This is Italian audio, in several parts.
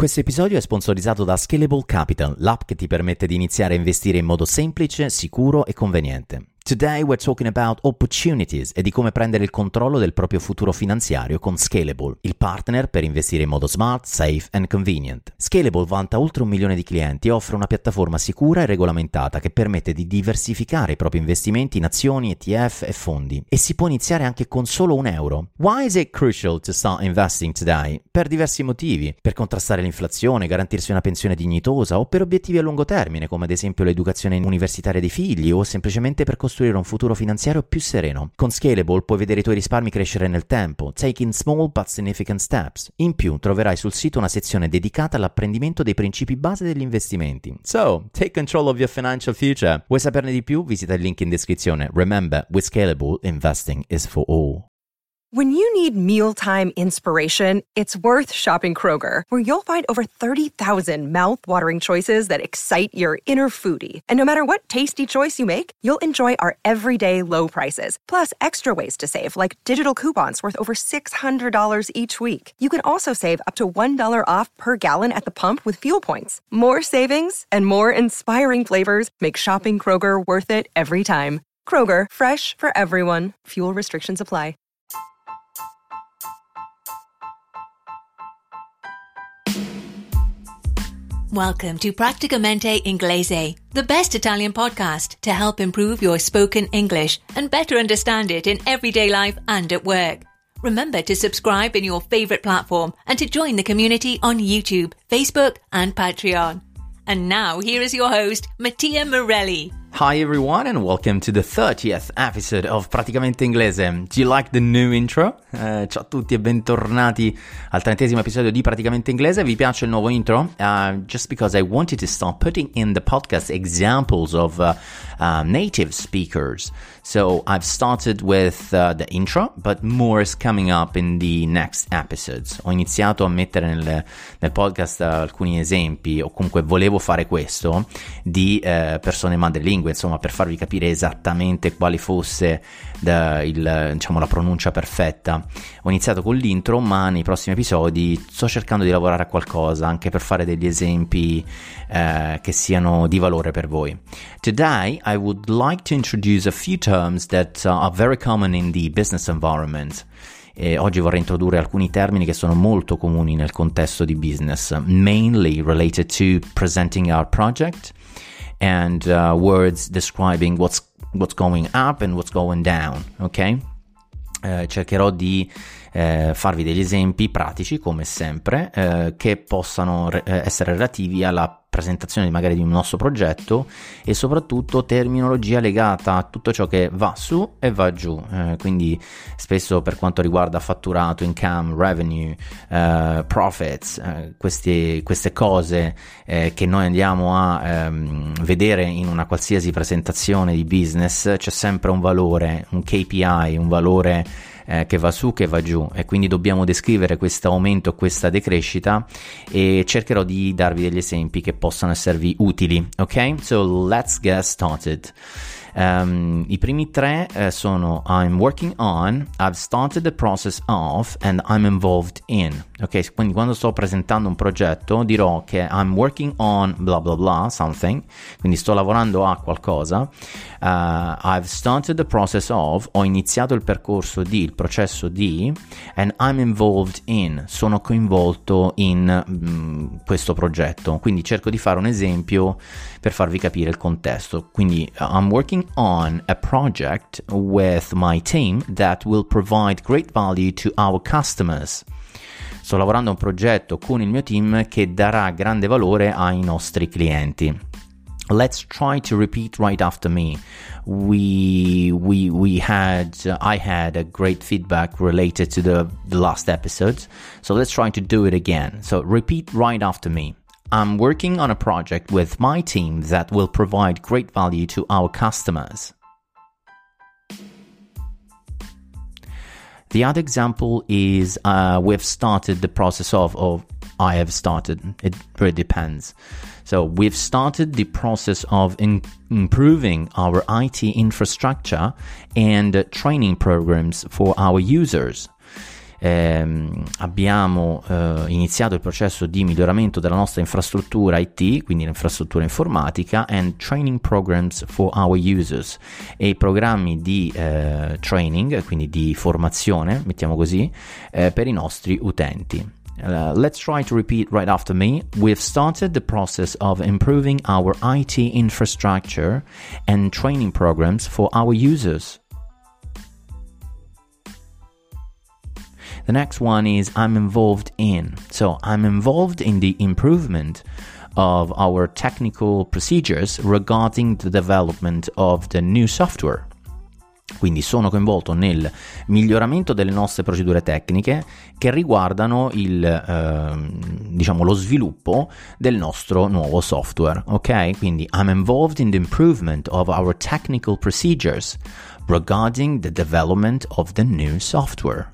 Questo episodio è sponsorizzato da Scalable Capital, l'app che ti permette di iniziare a investire in modo semplice, sicuro e conveniente. Today we're talking about opportunities e di come prendere il controllo del proprio futuro finanziario con Scalable, il partner per investire in modo smart, safe and convenient. Scalable vanta oltre 1 milione di clienti e offre una piattaforma sicura e regolamentata che permette di diversificare i propri investimenti in azioni, ETF e fondi. E si può iniziare anche con solo €1. Why is it crucial to start investing today? Per diversi motivi. Per contrastare l'inflazione, garantirsi una pensione dignitosa o per obiettivi a lungo termine, come ad esempio l'educazione universitaria dei figli o semplicemente per costruire un futuro finanziario più sereno. Con Scalable puoi vedere i tuoi risparmi crescere nel tempo, taking small but significant steps. In più troverai sul sito una sezione dedicata all'apprendimento dei principi base degli investimenti. So, take control of your financial future. Vuoi saperne di più? Visita il link in descrizione. Remember, with Scalable, investing is for all. When you need mealtime inspiration, it's worth shopping Kroger, where you'll find over 30,000 mouth-watering choices that excite your inner foodie. And no matter what tasty choice you make, you'll enjoy our everyday low prices, plus extra ways to save, like digital coupons worth over $600 each week. You can also save up to $1 off per gallon at the pump with fuel points. More savings and more inspiring flavors make shopping Kroger worth it every time. Kroger, fresh for everyone. Fuel restrictions apply. Welcome to Praticamente Inglese, the best Italian podcast to help improve your spoken English and better understand it in everyday life and at work. Remember to subscribe in your favorite platform and to join the community on YouTube, Facebook, and Patreon. And now, here is your host, Mattia Morelli. Hi everyone and welcome to the 30th episode of Praticamente Inglese. Do you like the new intro? Ciao a tutti e bentornati al 30esimo episodio di Praticamente Inglese. Vi piace il nuovo intro? Just because I wanted to start putting in the podcast examples of native speakers. So I've started with the intro, but more is coming up in the next episodes. Ho iniziato a mettere nel podcast alcuni esempi, o comunque volevo fare questo, di persone madrelingue, insomma, per farvi capire esattamente quale fosse la pronuncia perfetta. Ho iniziato con l'intro, ma nei prossimi episodi sto cercando di lavorare a qualcosa anche per fare degli esempi che siano di valore per voi. Today I would like to introduce a few terms that are very common in the business environment. E oggi vorrei introdurre alcuni termini che sono molto comuni nel contesto di business, mainly related to presenting our project and words describing what's going up and what's going down, ok? Cercherò di farvi degli esempi pratici, come sempre, che possano essere relativi alla presentazione magari di un nostro progetto e soprattutto terminologia legata a tutto ciò che va su e va giù, quindi spesso per quanto riguarda fatturato, income, revenue, profits, queste cose che noi andiamo a vedere in una qualsiasi presentazione di business. C'è sempre un valore, un KPI, un valore che va su, che va giù, e quindi dobbiamo descrivere questo aumento, questa decrescita, e cercherò di darvi degli esempi che possano esservi utili. Ok, so let's get started. I primi tre sono I'm working on, I've started the process of, and I'm involved in. Ok, quindi quando sto presentando un progetto dirò che I'm working on blah blah blah something, quindi sto lavorando a qualcosa. I've started the process of, ho iniziato il processo di, and I'm involved in, sono coinvolto in questo progetto. Quindi cerco di fare un esempio per farvi capire il contesto. Quindi I'm working on a project with my team that will provide great value to our customers. Sto lavorando a un progetto con il mio team che darà grande valore ai nostri clienti. Let's try to repeat right after me. I had a great feedback related to the last episode, so let's try to do it again. So repeat right after me. I'm working on a project with my team that will provide great value to our customers. The other example is we've started the process of, or I have started. It really depends. So we've started the process of improving our IT infrastructure and training programs for our users. abbiamo iniziato il processo di miglioramento della nostra infrastruttura IT, quindi l'infrastruttura informatica, and training programs for our users, e i programmi di training, quindi di formazione, mettiamo così, per i nostri utenti. Let's try to repeat right after me. We've started the process of improving our IT infrastructure and training programs for our users. The next one is I'm involved in. So I'm involved in the improvement of our technical procedures regarding the development of the new software. Quindi sono coinvolto nel miglioramento delle nostre procedure tecniche che riguardano lo sviluppo del nostro nuovo software, ok? Quindi I'm involved in the improvement of our technical procedures regarding the development of the new software.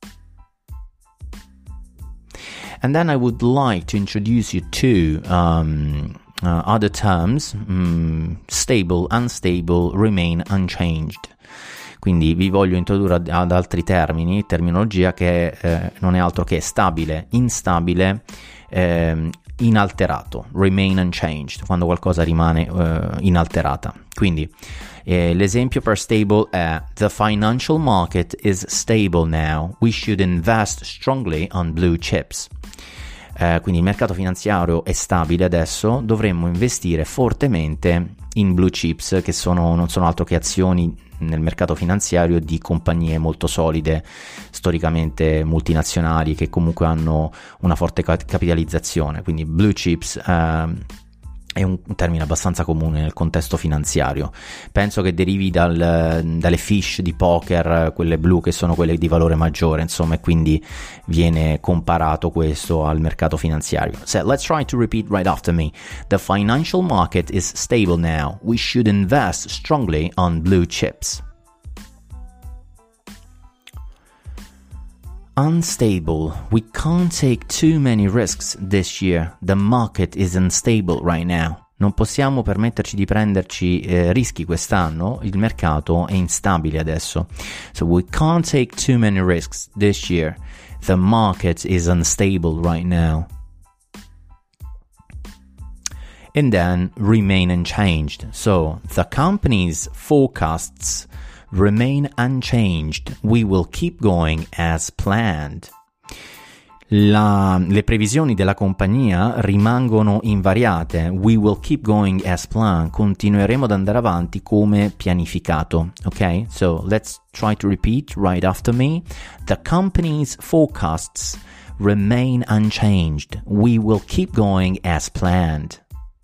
And then I would like to introduce you to other terms: stable, unstable, remain unchanged. Quindi vi voglio introdurre ad altri termini, terminologia che non è altro che stabile, instabile, inalterato, remain unchanged, quando qualcosa rimane inalterata. Quindi l'esempio per stable è: the financial market is stable now, we should invest strongly on blue chips. Quindi il mercato finanziario è stabile adesso, dovremmo investire fortemente in blue chips, che non sono altro che azioni nel mercato finanziario di compagnie molto solide, storicamente multinazionali, che comunque hanno una forte capitalizzazione. Quindi blue chips è un termine abbastanza comune nel contesto finanziario. Penso che derivi dalle fish di poker, quelle blu che sono quelle di valore maggiore, insomma, e quindi viene comparato questo al mercato finanziario. So let's try to repeat right after me. The financial market is stable now. We should invest strongly on blue chips. Unstable. We can't take too many risks this year. The market is unstable right now. Non possiamo permetterci di prenderci rischi quest'anno, il mercato è instabile adesso. So we can't take too many risks this year. The market is unstable right now. And then remain unchanged. So the company's forecasts remain unchanged. We will keep going as planned. Le previsioni della compagnia rimangono invariate. We will keep going as planned. Continueremo ad andare avanti come pianificato. Ok? So let's try to repeat right after me. The company's forecasts remain unchanged. We will keep going as planned.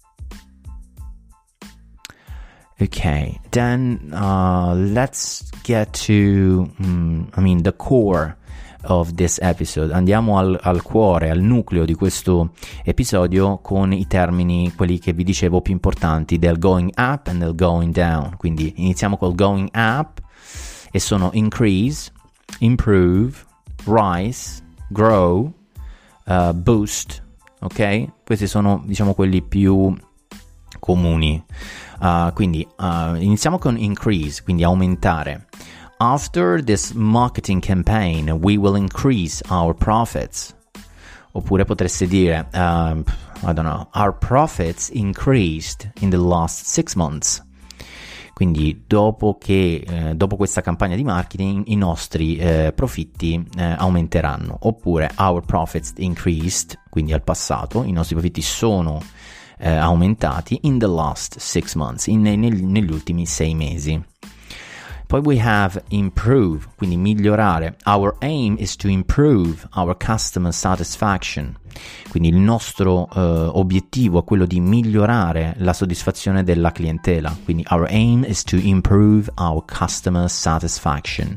Okay, then let's get to, the core of this episode. Andiamo al cuore, al nucleo di questo episodio, con i termini, quelli che vi dicevo più importanti, del going up and del going down. Quindi iniziamo col going up, e sono increase, improve, rise, grow, boost, ok? Questi sono, diciamo, quelli più comuni. Quindi iniziamo con increase, quindi aumentare. After this marketing campaign, we will increase our profits. Oppure potreste dire, our profits increased in the last 6 months. Quindi dopo questa campagna di marketing i nostri profitti aumenteranno. Oppure our profits increased, quindi al passato, i nostri profitti sono aumentati in the last 6 months, negli ultimi 6 mesi. Poi we have improve, quindi migliorare. Our aim is to improve our customer satisfaction. Quindi il nostro obiettivo è quello di migliorare la soddisfazione della clientela. Quindi our aim is to improve our customer satisfaction.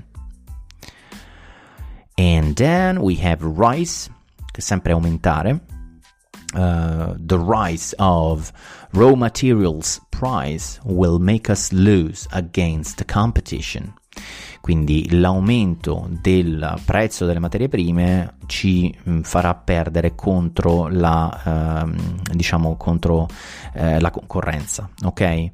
And then we have rise, che è sempre aumentare. The rise of raw materials price will make us lose against the competition. Quindi l'aumento del prezzo delle materie prime ci farà perdere contro la concorrenza, ok?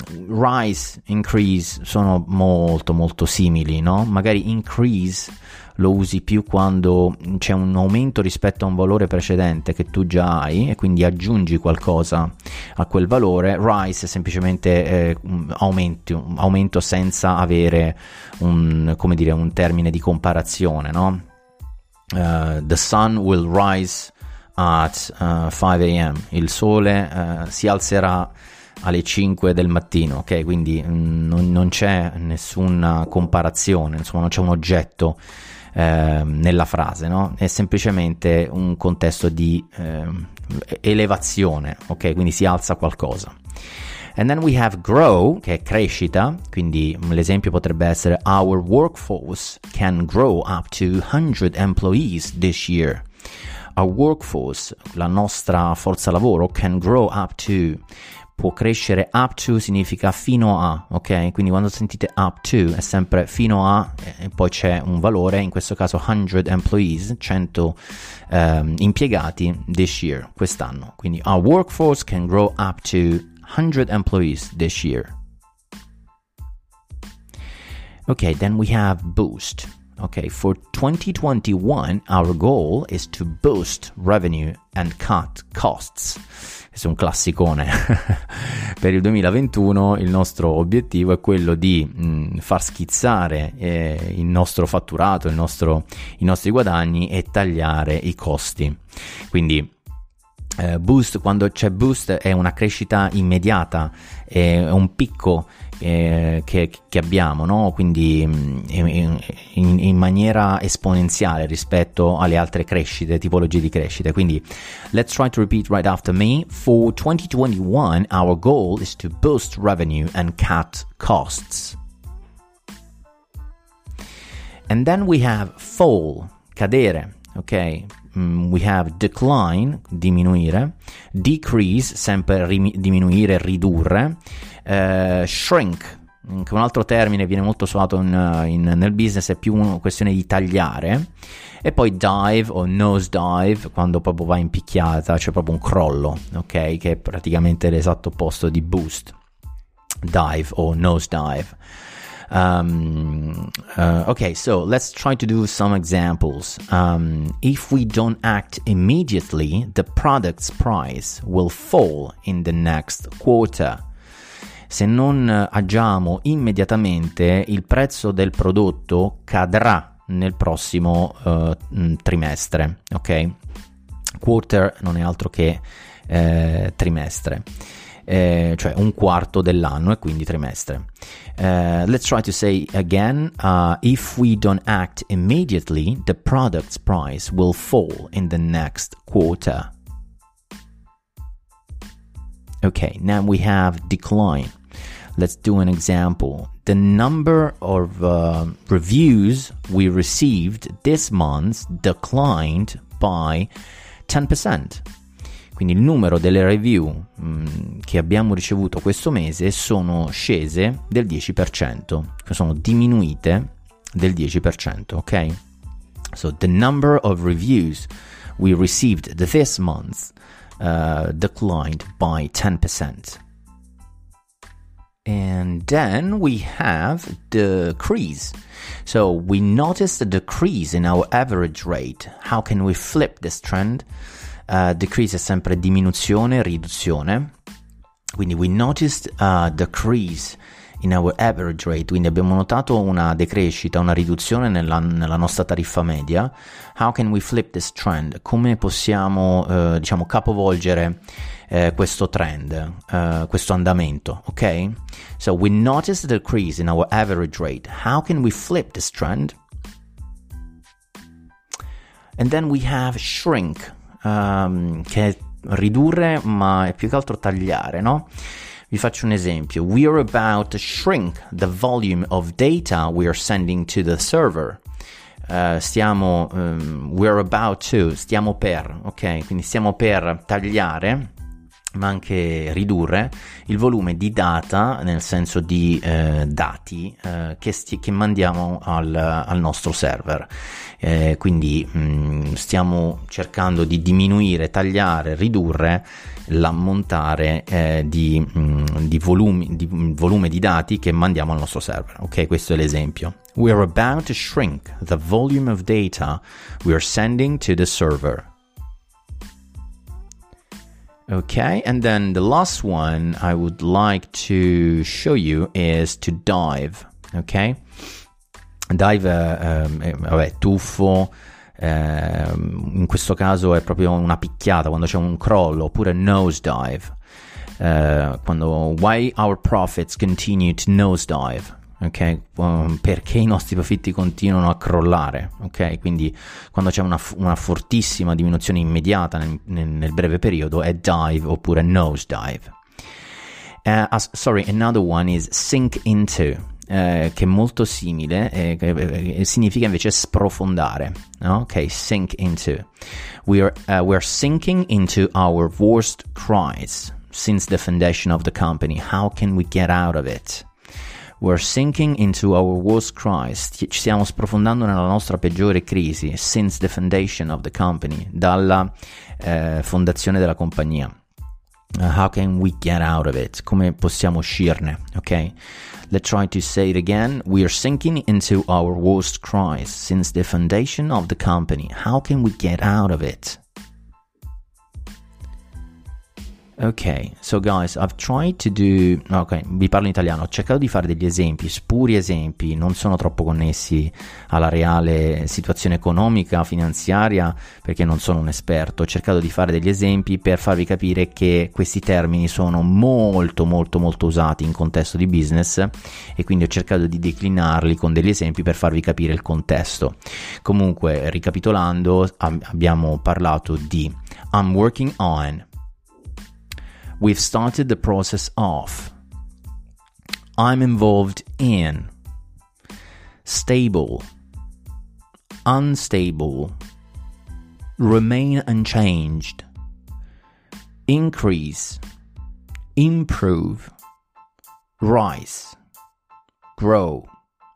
Rise, increase sono molto molto simili, no? Magari increase lo usi più quando c'è un aumento rispetto a un valore precedente che tu già hai e quindi aggiungi qualcosa a quel valore. Rise è semplicemente aumento senza avere un termine di comparazione, no? The sun will rise at 5 a.m. Il sole si alzerà alle 5 del mattino, ok? Quindi non c'è nessuna comparazione, insomma non c'è un oggetto nella frase, no? È semplicemente un contesto di elevazione, ok? Quindi si alza qualcosa. And then we have grow, che è crescita, quindi l'esempio potrebbe essere our workforce can grow up to 100 employees this year. Our workforce, la nostra forza lavoro, can grow up to, può crescere, up to significa fino a, ok? Quindi quando sentite up to è sempre fino a e poi c'è un valore, in questo caso 100 employees, 100 impiegati this year, quest'anno. Quindi our workforce can grow up to 100 employees this year. Okay, then we have boost. Okay, for 2021, our goal is to boost revenue and cut costs. Questo è un classicone. Per il 2021 il nostro obiettivo è quello di far schizzare il nostro fatturato, i nostri guadagni e tagliare i costi. Quindi boost, quando c'è boost è una crescita immediata, è un picco che abbiamo, no? Quindi in maniera esponenziale rispetto alle altre tipologie di crescite. Quindi let's try to repeat right after me. For 2021 our goal is to boost revenue and cut costs. And then we have fall, cadere, ok? We have decline, diminuire, decrease, sempre diminuire, ridurre, shrink, che è un altro termine, viene molto usato nel business, è più una questione di tagliare, e poi dive o nose dive, quando proprio va in picchiata, cioè proprio un crollo, ok? Che è praticamente l'esatto opposto di boost, dive o nose dive. Okay, so let's try to do some examples. If we don't act immediately, the product's price will fall in the next quarter. Se non agiamo immediatamente, il prezzo del prodotto cadrà nel prossimo trimestre, ok? Quarter non è altro che trimestre. Cioè un quarto dell'anno e quindi trimestre. Let's try to say again. If we don't act immediately, the product's price will fall in the next quarter. Okay, now we have decline. Let's do an example. The number of reviews we received this month declined by 10%. Quindi il numero delle review che abbiamo ricevuto questo mese sono scese del 10%, sono diminuite del 10%, ok? So the number of reviews we received this month declined by 10%. And then we have decrease. So we noticed a decrease in our average rate. How can we flip this trend? Decrease è sempre diminuzione, riduzione. Quindi we noticed a decrease in our average rate. Quindi abbiamo notato una decrescita, una riduzione nella nostra tariffa media. How can we flip this trend? Come possiamo capovolgere questo trend, questo andamento, ok? So we noticed a decrease in our average rate. How can we flip this trend? And then we have shrink, che è ridurre, ma è più che altro tagliare, no? Vi faccio un esempio. We are about to shrink the volume of data we are sending to the server. Stiamo per, ok? Quindi stiamo per tagliare ma anche ridurre il volume di data, nel senso di dati che mandiamo al nostro server. Quindi stiamo cercando di diminuire, tagliare, ridurre l'ammontare di volume di dati che mandiamo al nostro server. Ok, questo è l'esempio. We are about to shrink the volume of data we are sending to the server. Okay, and then the last one I would like to show you is to dive. Okay, dive, tuffo, in questo caso è proprio una picchiata quando c'è un crollo, oppure nosedive, quando why our profits continue to nosedive. Ok, perché i nostri profitti continuano a crollare. Ok, quindi quando c'è una fortissima diminuzione immediata nel breve periodo è dive oppure nosedive. Another one is sink into, che è molto simile, significa invece sprofondare. No? Ok, sink into. We are sinking into our worst cries since the foundation of the company. How can we get out of it? We're sinking into our worst cries. Ci stiamo sprofondando nella nostra peggiore crisi since the foundation of the company, dalla fondazione della compagnia. How can we get out of it? Come possiamo uscirne? Ok? Let's try to say it again. We are sinking into our worst cries since the foundation of the company. How can we get out of it? Ok, so guys, I've tried to do... Ok, vi parlo in italiano. Ho cercato di fare degli esempi, spuri esempi, non sono troppo connessi alla reale situazione economica, finanziaria, perché non sono un esperto. Ho cercato di fare degli esempi per farvi capire che questi termini sono molto usati in contesto di business, e quindi ho cercato di declinarli con degli esempi per farvi capire il contesto. Comunque, ricapitolando, abbiamo parlato di I'm working on, we've started the process of, I'm involved in, stable, unstable, remain unchanged, increase, improve, rise, grow,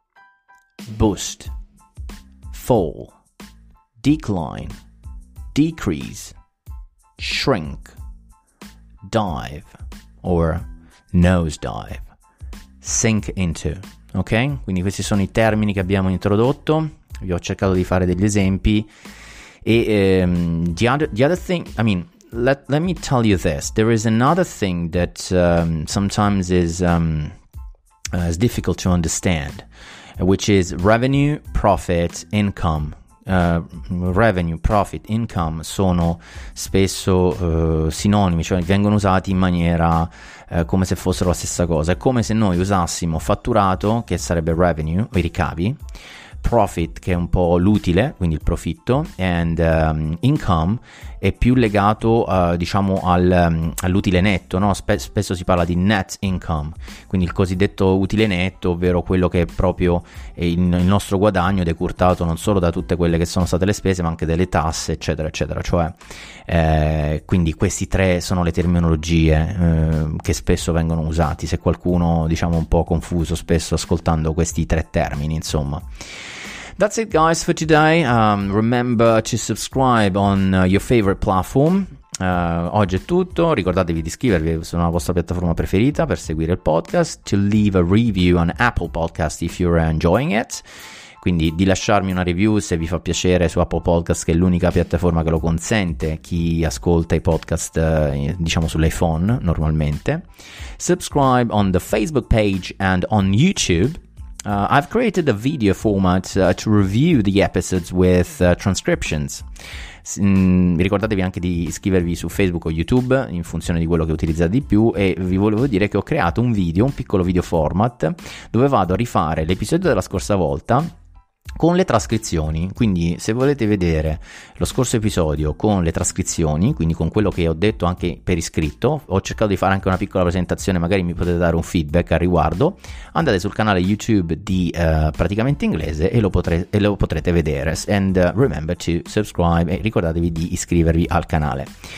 boost, fall, decline, decrease, shrink, dive or nosedive, sink into. Ok? Quindi questi sono i termini che abbiamo introdotto. Vi ho cercato di fare degli esempi. E the other thing, I mean, let me tell you this. There is another thing that sometimes is difficult to understand, which is revenue, profit, income. Revenue, profit, income sono spesso sinonimi, cioè vengono usati in maniera come se fossero la stessa cosa. È come se noi usassimo fatturato, che sarebbe revenue, i ricavi, profit, che è un po' l'utile, quindi il profitto, and income è più legato diciamo all'utile netto, no? Spesso si parla di net income, quindi il cosiddetto utile netto, ovvero quello che è proprio il nostro guadagno decurtato non solo da tutte quelle che sono state le spese, ma anche delle tasse, eccetera eccetera. Cioè quindi questi tre sono le terminologie che spesso vengono usati, se qualcuno diciamo un po' confuso spesso ascoltando questi tre termini, insomma. That's it, guys, for today. Remember to subscribe on your favorite platform. Oggi è tutto. Ricordatevi di iscrivervi sulla vostra piattaforma preferita per seguire il podcast, to leave a review on Apple Podcast if you're enjoying it. Quindi di lasciarmi una review se vi fa piacere su Apple Podcast, che è l'unica piattaforma che lo consente, chi ascolta i podcast diciamo sull'iPhone normalmente. Subscribe on the Facebook page and on YouTube. I've created a video format to review the episodes with transcriptions. Ricordatevi anche di iscrivervi su Facebook o YouTube in funzione di quello che utilizzate di più, e vi volevo dire che ho creato un piccolo video format dove vado a rifare l'episodio della scorsa volta con le trascrizioni. Quindi se volete vedere lo scorso episodio con le trascrizioni, quindi con quello che ho detto anche per iscritto, ho cercato di fare anche una piccola presentazione, magari mi potete dare un feedback al riguardo, andate sul canale YouTube di Praticamente Inglese e lo potrete vedere. And remember to subscribe, e ricordatevi di iscrivervi al canale.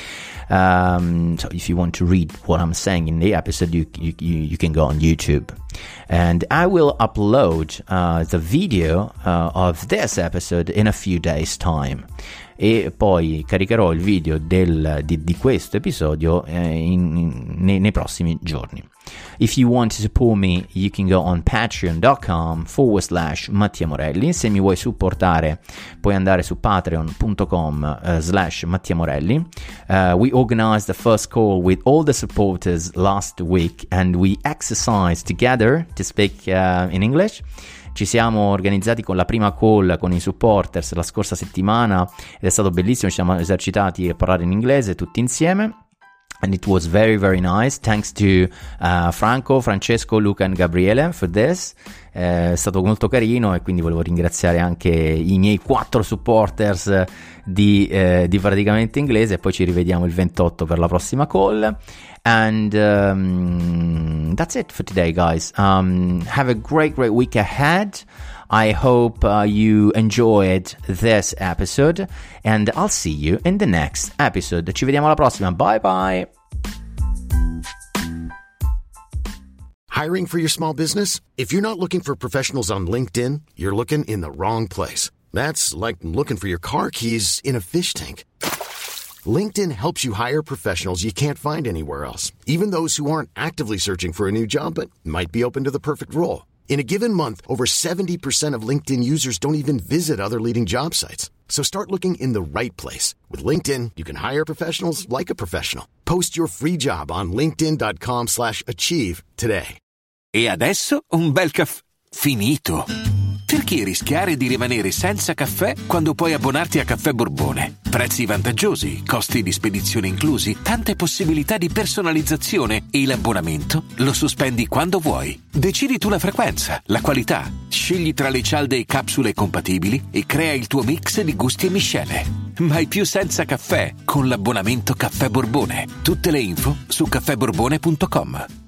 So if you want to read what I'm saying in the episode, you can go on YouTube. And I will upload the video of this episode in a few days' time. E poi caricherò il video di questo episodio nei prossimi giorni. If you want to support me, you can go on patreon.com/Mattia Morelli. Se mi vuoi supportare, puoi andare su patreon.com/Mattia Morelli. We organized the first call with all the supporters last week and we exercised together to speak in English. Ci siamo organizzati con la prima call con i supporters la scorsa settimana ed è stato bellissimo, ci siamo esercitati a parlare in inglese tutti insieme. And it was very, very nice. Thanks to Franco, Francesco, Luca and Gabriele for this. È stato molto carino e quindi volevo ringraziare anche i miei 4 supporters di Praticamente Inglese, e poi ci rivediamo il 28 per la prossima call. And that's it for today, guys. Have a great week ahead. I hope you enjoyed this episode, and I'll see you in the next episode. Ci vediamo alla prossima. Bye bye. Hiring for your small business? If you're not looking for professionals on LinkedIn, you're looking in the wrong place. That's like looking for your car keys in a fish tank. LinkedIn helps you hire professionals you can't find anywhere else, even those who aren't actively searching for a new job but might be open to the perfect role. In a given month, over 70% of LinkedIn users don't even visit other leading job sites. So start looking in the right place. With LinkedIn, you can hire professionals like a professional. Post your free job on linkedin.com/achieve today. E adesso un bel caffè finito. Perché rischiare di rimanere senza caffè quando puoi abbonarti a Caffè Borbone? Prezzi vantaggiosi, costi di spedizione inclusi, tante possibilità di personalizzazione e l'abbonamento lo sospendi quando vuoi. Decidi tu la frequenza, la qualità, scegli tra le cialde e capsule compatibili e crea il tuo mix di gusti e miscele. Mai più senza caffè con l'abbonamento Caffè Borbone. Tutte le info su caffèborbone.com.